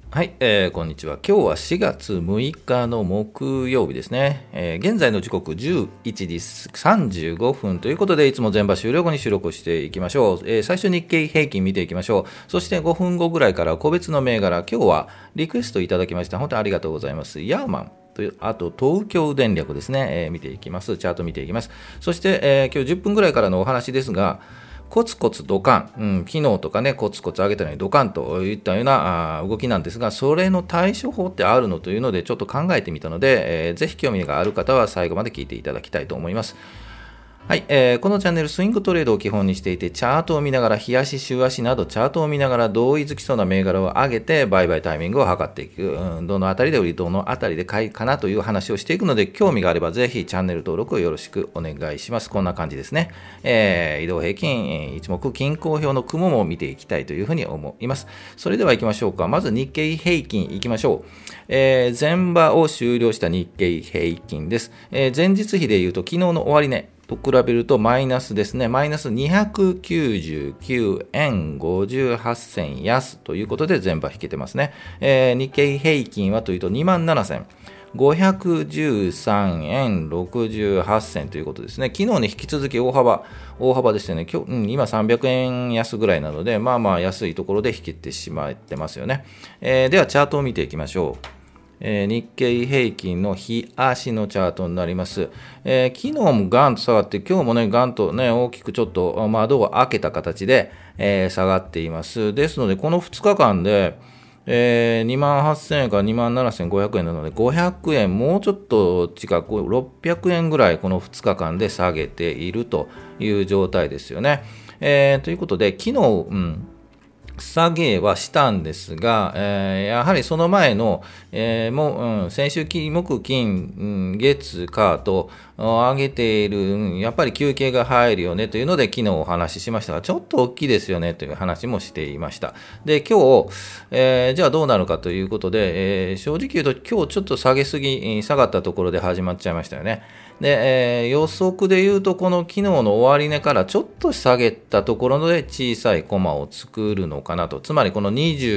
はい、こんにちは。今日は4月6日の木曜日ですね。現在の時刻11時35分ということで、いつも全場終了後に収録していきましょう。最初日経平均見ていきましょう。そして5分後ぐらいから個別の銘柄、今日はリクエストいただきました。本当にありがとうございます。ヤーマン。あと東京電力ですね、見ていきます。チャート見ていきます。そして、今日10分ぐらいからのお話ですが、コツコツドカン、昨日とかね、コツコツ上げたのにドカンといったような動きなんですが、それの対処法ってあるのというので、ちょっと考えてみたので、ぜひ興味がある方は最後まで聞いていただきたいと思います。はい、このチャンネルスイングトレードを基本にしていて、チャートを見ながら日足週足などチャートを見ながら同意づきそうな銘柄を上げて売買タイミングを測っていく、どのあたりで売りどのあたりで買いかなという話をしていくので、興味があればぜひチャンネル登録をよろしくお願いします。こんな感じですね。移動平均一目均衡表の雲も見ていきたいというふうに思います。それでは行きましょうか。まず日経平均行きましょう。前場を終了した日経平均です。前日比でいうと昨日の終値と比べるとマイナスですね。マイナス299円58銭安ということで全場引けてますね。日経平均はというと27,513円68銭ということですね。昨日に引き続き大幅ですよね。今今300円安ぐらいなので、まあまあ安いところで引けてしまってますよね。ではチャートを見ていきましょう。日経平均の日足のチャートになります。昨日もガンと下がって、今日もね、ガンとね、大きくちょっと窓を開けた形で、下がっています。ですので、この2日間で、28,000円から27,500円なので、500円、もうちょっと近く、600円ぐらいこの2日間で下げているという状態ですよね。ということで、昨日、下げはしたんですが、やはりその前の、先週木金、月火と上げている、やっぱり休憩が入るよねというので昨日お話ししましたが、ちょっと大きいですよねという話もしていました。で今日、じゃあどうなるかということで、正直言うと今日ちょっと下がったところで始まっちゃいましたよね。で、予測で言うとこの昨日の終値からちょっと下げたところで小さいコマを作るのかなと。つまりこの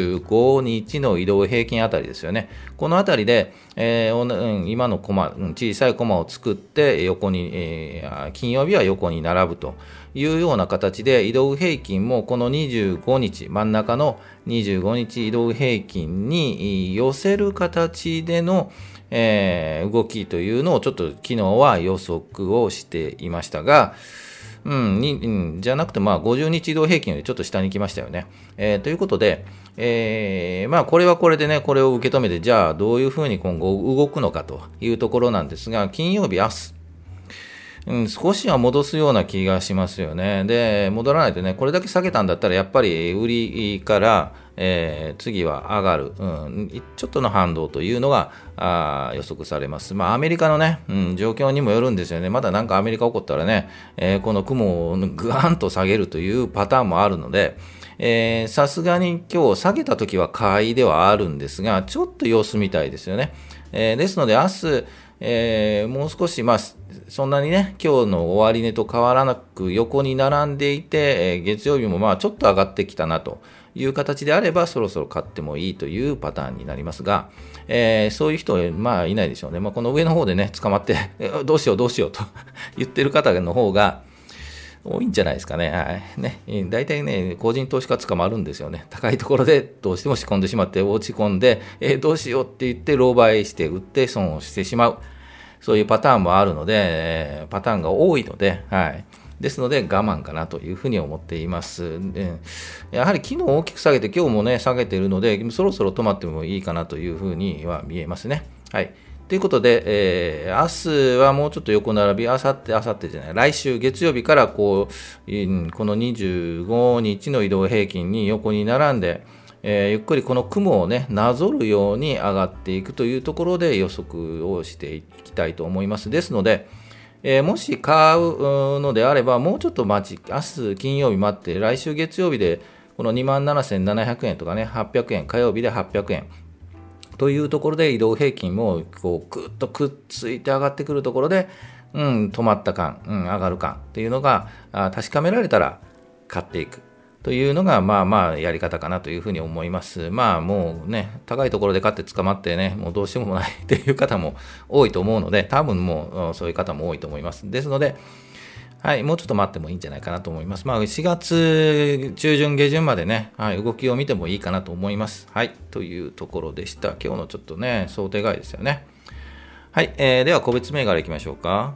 25日の移動平均あたりですよね。このあたりで、今のコマ、小さいコマを作って横に、金曜日は横に並ぶというような形で、移動平均もこの25日、真ん中の25日移動平均に寄せる形での動きというのをちょっと昨日は予測をしていましたが、じゃなくて、50日移動平均よりちょっと下に来ましたよね。ということで、これはこれでね、これを受け止めて、じゃあどういうふうに今後動くのかというところなんですが、金曜日、明日、少しは戻すような気がしますよね。で、戻らないとね、これだけ下げたんだったら、やっぱり売りから、次は上がる、ちょっとの反動というのが予測されます。アメリカのね、状況にもよるんですよね。まだなんかアメリカ起こったらね、この雲をぐわんと下げるというパターンもあるので、さすがに今日下げた時は買いではあるんですが、ちょっと様子みたいですよね。ですので明日、もう少し、そんなにね、今日の終値と変わらなく横に並んでいて、月曜日もちょっと上がってきたなという形であれば、そろそろ買ってもいいというパターンになりますが、そういう人はいないでしょうね。この上の方でね、捕まって、どうしようと言ってる方の方が多いんじゃないですかね。大体ね、個人投資家捕まるんですよね。高いところでどうしても仕込んでしまって、落ち込んで、どうしようって言って、狼狽して売って損をしてしまう。そういうパターンもあるので、パターンが多いので、ですので我慢かなというふうに思っています。やはり昨日大きく下げて、今日もね、下げているので、そろそろ止まってもいいかなというふうには見えますね。ということで、明日はもうちょっと横並び、来週月曜日からこの25日の移動平均に横に並んで、ゆっくりこの雲をね、なぞるように上がっていくというところで予測をしていきたいと思います。ですので、もし買うのであれば、もうちょっと明日金曜日待って、来週月曜日でこの27,700円とかね、800円、火曜日で800円というところで移動平均もこうぐっとくっついて上がってくるところで、止まった感、上がる感っていうのが確かめられたら買っていく。 というのが、まあまあやり方かなというふうに思います。まあもうね、高いところで買って捕まってね、もうどうしようもないっていう方も多いと思うので、多分もうそういう方も多いと思います。ですので、はい、もうちょっと待ってもいいんじゃないかなと思います。まあ4月中旬下旬までね、はい、動きを見てもいいかなと思います。はい、というところでした。今日のちょっとね、想定外ですよね。はい、では個別銘柄いきましょうか。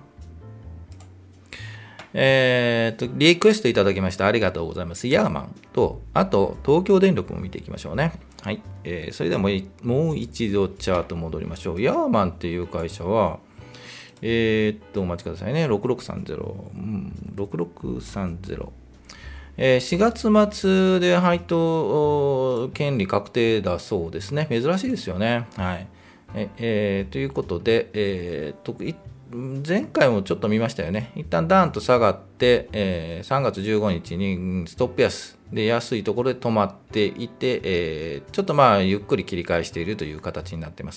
リクエストいただきましてありがとうございます。ヤーマンと、あと東京電力も見ていきましょうね。はい。それではもう一度チャート戻りましょう。ヤーマンっていう会社は、お待ちくださいね。6630。6630。4月末で配当権利確定だそうですね。珍しいですよね。はい。ということで、前回もちょっと見ましたよね。一旦ダーンと下がって、3月15日にストップ安で安いところで止まっていて、ちょっとまあゆっくり切り返しているという形になっています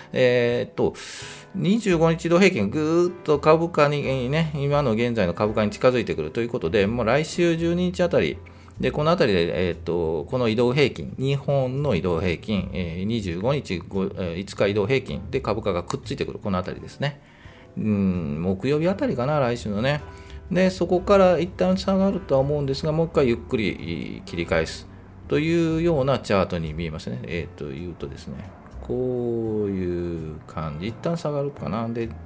。25日移動平均ぐーっと株価にね、今の現在の株価に近づいてくるということで、もう来週12日あたりで、このあたりで、この移動平均、日本の移動平均、25日、5日移動平均で株価がくっついてくる、このあたりですね。木曜日あたりかな、来週のね。で、そこから一旦下がるとは思うんですが、もう一回ゆっくり切り返すというようなチャートに見えますね。いうとですね、こういう感じ、一旦下がるかな。で、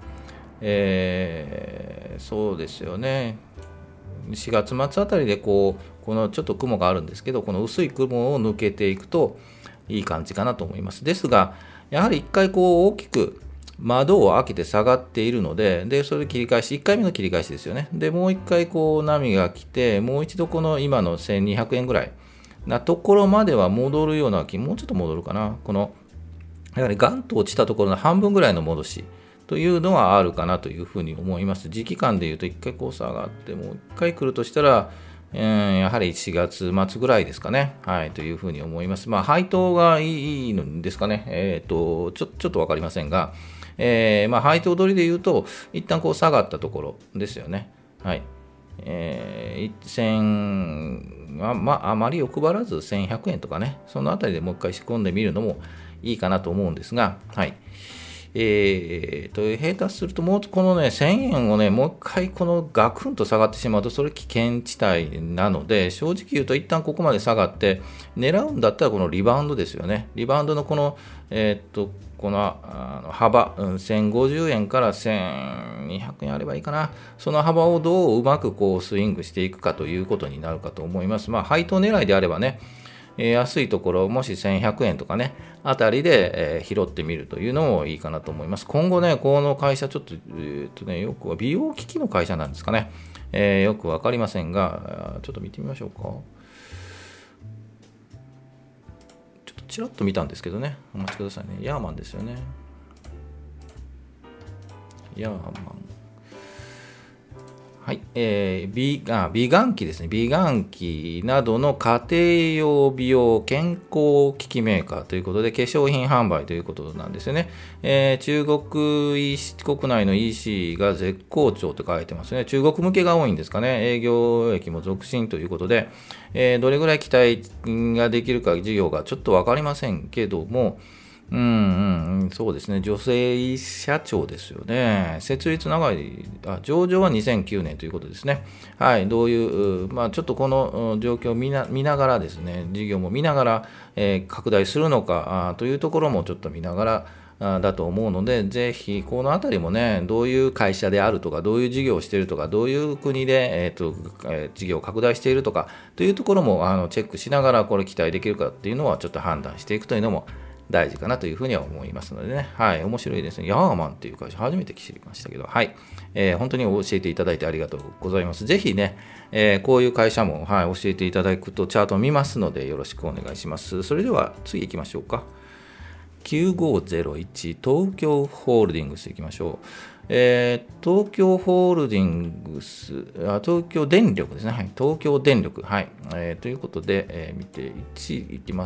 そうですよね。4月末あたりでこのちょっと雲があるんですけど、この薄い雲を抜けていくといい感じかなと思います。ですが、やはり一回大きく窓を開けて下がっているので、それで切り返し、1回目の切り返しですよね。で、もう1回波が来て、もう一度この今の1200円ぐらいなところまでは戻るような気、もうちょっと戻るかな。やはりガンと落ちたところの半分ぐらいの戻しというのはあるかなというふうに思います。時期間でいうと1回下がって、もう1回来るとしたら、やはり1月末ぐらいですかね。はい、というふうに思います。まあ、配当がいいのですかね。ちょっとわかりませんが、配当取りでいうと、一旦下がったところですよね。はい。あまり欲張らず1100円とかね、そのあたりでもう一回仕込んでみるのもいいかなと思うんですが、はい。下手すると、もうこのね、1000円をね、もう一回ガクンと下がってしまうと、それ危険地帯なので、正直言うと、一旦ここまで下がって、狙うんだったらこのリバウンドですよね。リバウンドのこの幅、1050円から1200円あればいいかな。その幅をどううまくスイングしていくかということになるかと思います。まあ、配当狙いであればね、安いところ、もし1100円とかね、あたりで、拾ってみるというのもいいかなと思います。今後ね、この会社、ちょっと、よく美容機器の会社なんですかね。よくわかりませんが、ちょっと見てみましょうか。ちょっとちらっと見たんですけどね、お待ちくださいね。ヤーマンですよね。ヤーマン。はい、美顔器ですね。美顔器などの家庭用美容健康機器メーカーということで、化粧品販売ということなんですよね。中国国内の EC が絶好調と書いてますね。中国向けが多いんですかね。営業益も続伸ということで、どれぐらい期待ができるか事業がちょっとわかりませんけども、そうですね。女性社長ですよね。設立長い、上場は2009年ということですね。はい。どういう、ちょっとこの状況を見ながらですね、事業も見ながら、拡大するのかというところもちょっと見ながらだと思うので、ぜひこのあたりもね、どういう会社であるとか、どういう事業をしているとか、どういう国で、事業を拡大しているとかというところもチェックしながら、これ期待できるかっていうのはちょっと判断していくというのも大事かなというふうには思いますのでね。はい。面白いですね。ヤーマンっていう会社初めて知りましたけど、はい。本当に教えていただいてありがとうございます。ぜひね、こういう会社も、はい、教えていただくとチャートを見ますのでよろしくお願いします。それでは次行きましょうか。9501東京ホールディングス行きましょう。東京ホールディングス、東京電力ですね。はい、東京電力。はい。ということで、見ていきます。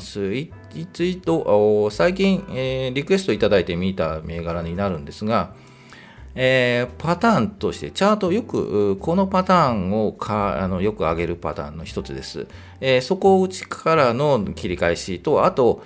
最近、リクエストいただいて見た銘柄になるんですが、 パターンとしてチャートよくこのパターンをよく上げるパターンの一つです。そこを内からの切り返しと、あと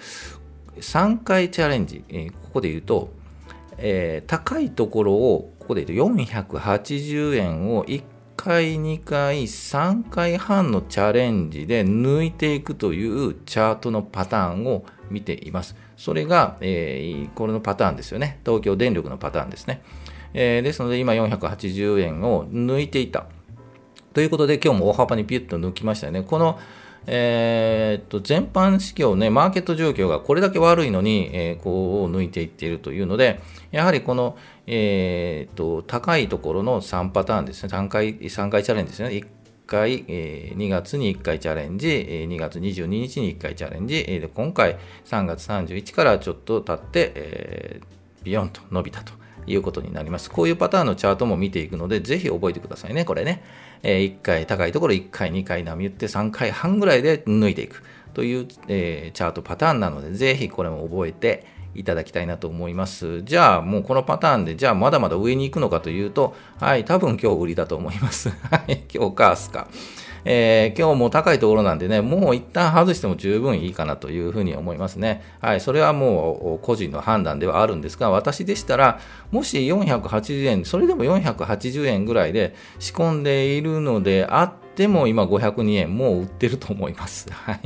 3回チャレンジ、ここで言うと、高いところをここで言うと480円を1回2回3回半のチャレンジで抜いていくというチャートのパターンを見ています。それが、これのパターンですよね。東京電力のパターンですね。ですので今480円を抜いていたということで、今日も大幅にピュッと抜きましたよね。この、全般指標ね、マーケット状況がこれだけ悪いのに、こう抜いていっているというので、やはりこの、高いところの3パターンですね。3回チャレンジですね。1回、2月に1回チャレンジ、2月22日に1回チャレンジ、で今回3月31からちょっと経って、ビヨンと伸びたということになります。こういうパターンのチャートも見ていくので、ぜひ覚えてくださいね、これね。1回高いところ1回、2回波打って3回半ぐらいで抜いていくという、チャートパターンなので、ぜひこれも覚えていただきたいなと思います。じゃあもうこのパターンで、じゃあまだまだ上に行くのかというと、はい、多分今日売りだと思います。はい、今日か明日か。今日も高いところなんでね、もう一旦外しても十分いいかなというふうに思いますね。はい、それはもう個人の判断ではあるんですが、私でしたら、もし480円、それでも480円ぐらいで仕込んでいるのであっても、今502円もう売ってると思います。はい、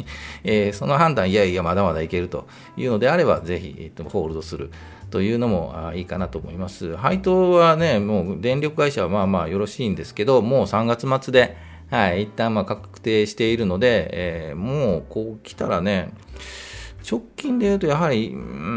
その判断、いやいや、まだまだいけるというのであれば、ぜひ、ホールドするというのもいいかなと思います。配当はね、もう電力会社はまあまあよろしいんですけど、もう3月末で、はい、一旦確定しているので、もうこう来たらね、直近で言うとやはり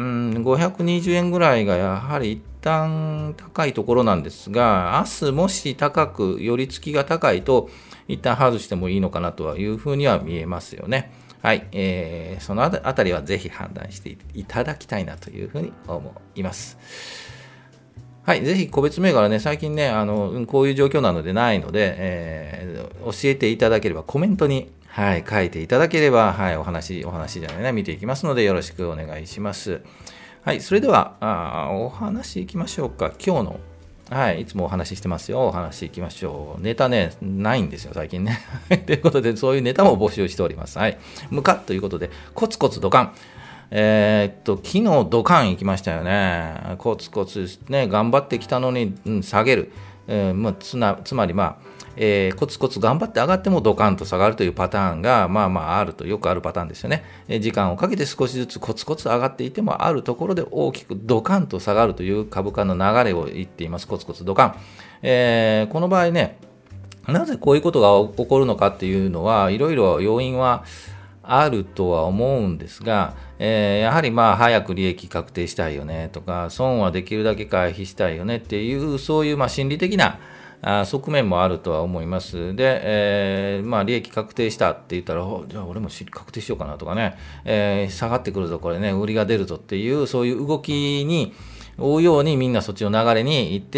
520円ぐらいがやはり一旦高いところなんですが、明日もし高く寄り付きが高いと一旦外してもいいのかなというふうには見えますよね。はい、そのあたりはぜひ判断していただきたいなというふうに思います。はい、ぜひ個別銘柄ね、最近ね、こういう状況なのでないので、教えていただければ、コメントに、はい、書いていただければ、はい、お話じゃないね、見ていきますので、よろしくお願いします。はい、それでは、お話いきましょうか。今日の、はい、いつもお話ししてますよ。お話いきましょう。ネタね、ないんですよ、最近ね。ということで、そういうネタも募集しております。はい、向かということで、コツコツドカン。昨日ドカン行きましたよね。コツコツね、頑張ってきたのに、下げる。つまりコツコツ頑張って上がってもドカンと下がるというパターンがあると、よくあるパターンですよね。時間をかけて少しずつコツコツ上がっていても、あるところで大きくドカンと下がるという株価の流れを言っています。コツコツドカン。この場合ね、なぜこういうことが起こるのかっていうのは、いろいろ要因はあるとは思うんですが、やはり早く利益確定したいよねとか、損はできるだけ回避したいよねっていう、そういう心理的な側面もあるとは思います。で、利益確定したって言ったら、じゃあ俺も確定しようかなとかね、下がってくるぞ、これね、売りが出るぞっていう、そういう動きに追うようにみんなそっちの流れに行って、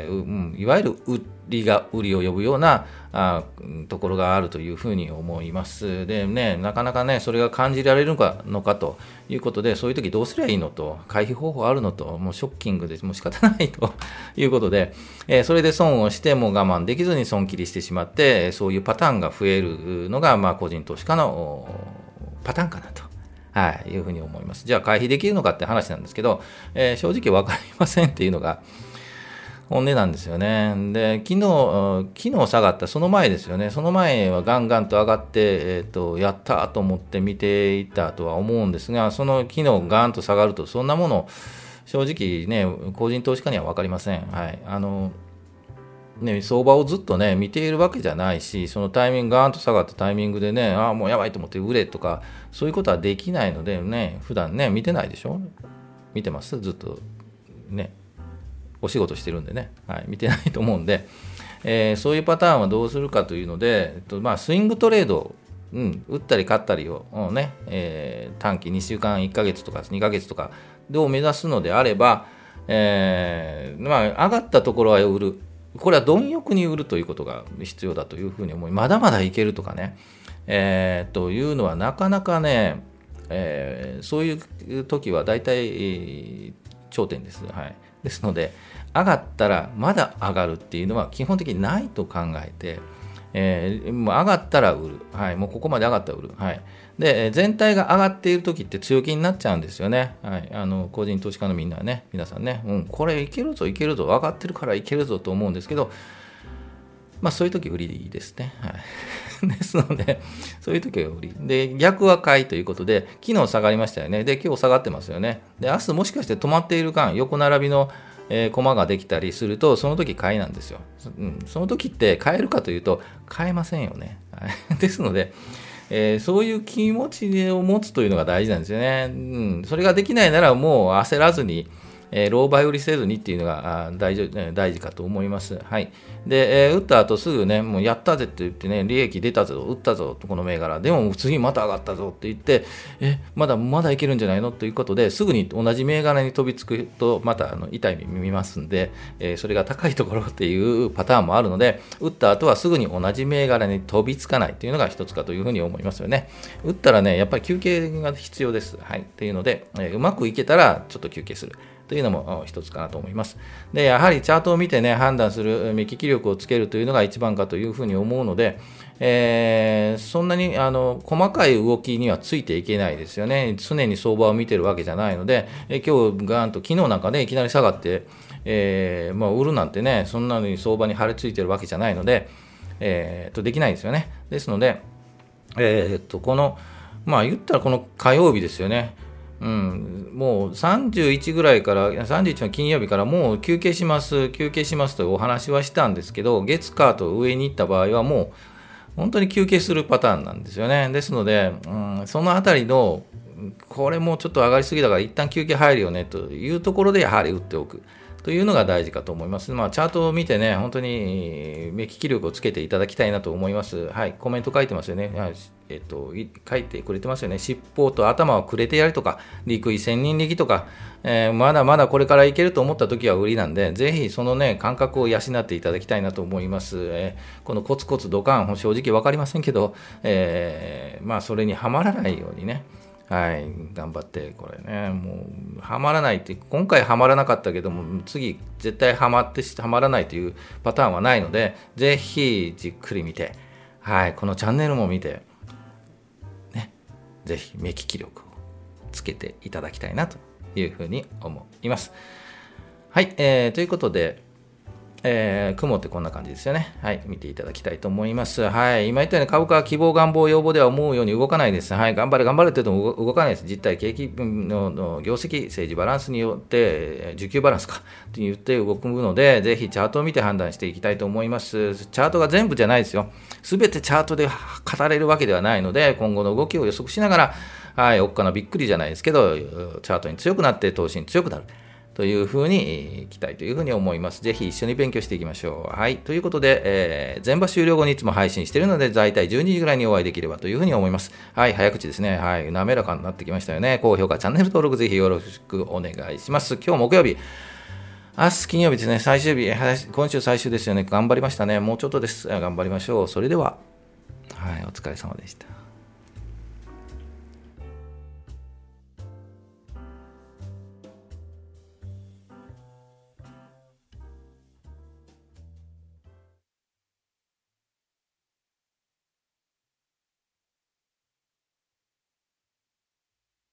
いわゆる売りを呼ぶようなところがあるというふうに思います。でね、なかなかね、それが感じられるのかということで、そういう時どうすりゃいいのと、回避方法あるのと、もうショッキングでもう仕方ないということで、それで損をしても我慢できずに損切りしてしまって、そういうパターンが増えるのが、個人投資家のパターンかなと。はい、いうふうに思います。じゃあ回避できるのかって話なんですけど、正直分かりませんっていうのが本音なんですよね。で、昨日下がった、その前ですよね。その前はガンガンと上がって、やったと思って見ていたとは思うんですが、その昨日ガンと下がると、そんなもの、正直ね、個人投資家には分かりません。はい。相場をずっとね、見ているわけじゃないし、そのタイミング、ガーンと下がったタイミングでね、もうやばいと思って売れとか、そういうことはできないのでね、普段ね、見てないでしょ？見てます？ずっとね、お仕事してるんでね、はい、見てないと思うんで、そういうパターンはどうするかというので、スイングトレード、売ったり買ったりをね、短期2週間、1ヶ月とか2ヶ月とかを目指すのであれば、上がったところは売る。これは貪欲に売るということが必要だというふうに思い、まだまだいけるとかね、というのはなかなかね、そういう時は大体、頂点です。はい。ですので、 上がったらまだ上がるっていうのは基本的にないと考えて、もう上がったら売る、はい、もうここまで上がったら売る、はい、で全体が上がっているときって強気になっちゃうんですよね、はい、個人投資家のみんなね、皆さんね、これいけるぞいけるぞ、上がってるからいけるぞと思うんですけど、そういう時売りでいいですね、はい、ですのでそういう時は売りで、逆は買いということで、昨日下がりましたよね、で今日下がってますよね、で明日もしかして止まっている間、横並びのコマができたりすると、その時買いなんですよ、その時って買えるかというと買えませんよね、はい、ですので、そういう気持ちを持つというのが大事なんですよね、それができないならもう焦らずに、老媒売りせずにっていうのが大事かと思います。はい。で、打った後すぐね、もうやったぜって言ってね、利益出たぞ、打ったぞ、この銘柄、でも次また上がったぞって言って、まだいけるんじゃないのということで、すぐに同じ銘柄に飛びつくと、また痛い目見ますんで、それが高いところっていうパターンもあるので、打った後はすぐに同じ銘柄に飛びつかないっていうのが一つかというふうに思いますよね。打ったらね、やっぱり休憩が必要です。はい。っていうので、うまくいけたらちょっと休憩する。というのも一つかなと思います。で、やはりチャートを見てね、判断する目利き力をつけるというのが一番かというふうに思うので、そんなに細かい動きにはついていけないですよね。常に相場を見てるわけじゃないので、今日ガーンと昨日なんかね、いきなり下がって、売るなんてね、そんなに相場に張り付いてるわけじゃないので、できないですよね。ですので、この、言ったらこの火曜日ですよね。もう31ぐらいから、31の金曜日からもう休憩しますというお話はしたんですけど、月火と上に行った場合はもう本当に休憩するパターンなんですよね。ですので、そのあたりの、これもうちょっと上がりすぎだから一旦休憩入るよねというところでやはり打っておく。というのが大事かと思います。チャートを見てね、本当に目利き力をつけていただきたいなと思います。はい、コメント書いてますよね。書いてくれてますよね。尻尾と頭をくれてやるとか、陸位千人力とか、まだまだこれからいけると思った時は売りなんで、ぜひそのね、感覚を養っていただきたいなと思います。このコツコツドカン、正直わかりませんけど、それにはまらないようにね、はい、頑張ってこれね、もうはまらないって、今回はまらなかったけども、次絶対はまらないというパターンはないので、ぜひじっくり見て、はい、このチャンネルも見て、ね、ぜひ目利き力をつけていただきたいなというふうに思います。はい、ということで、雲ってこんな感じですよね。はい、見ていただきたいと思います。はい、今言ったように株価は希望、願望、要望では思うように動かないです。はい、頑張れって言っても動かないです。実体、景気の業績、政治バランスによって、需給バランスかと言って動くので、ぜひチャートを見て判断していきたいと思います。チャートが全部じゃないですよ。すべてチャートで語れるわけではないので、今後の動きを予測しながら、はい、おっかなびっくりじゃないですけど、チャートに強くなって、投資に強くなる。というふうにいきたいというふうに思います。ぜひ一緒に勉強していきましょう。はい。ということで、前場終了後にいつも配信しているので、大体12時ぐらいにお会いできればというふうに思います。はい。早口ですね。はい。滑らかになってきましたよね。高評価、チャンネル登録ぜひよろしくお願いします。今日木曜日。明日金曜日ですね。最終日。今週最終ですよね。頑張りましたね。もうちょっとです。頑張りましょう。それでは、はい。お疲れ様でした。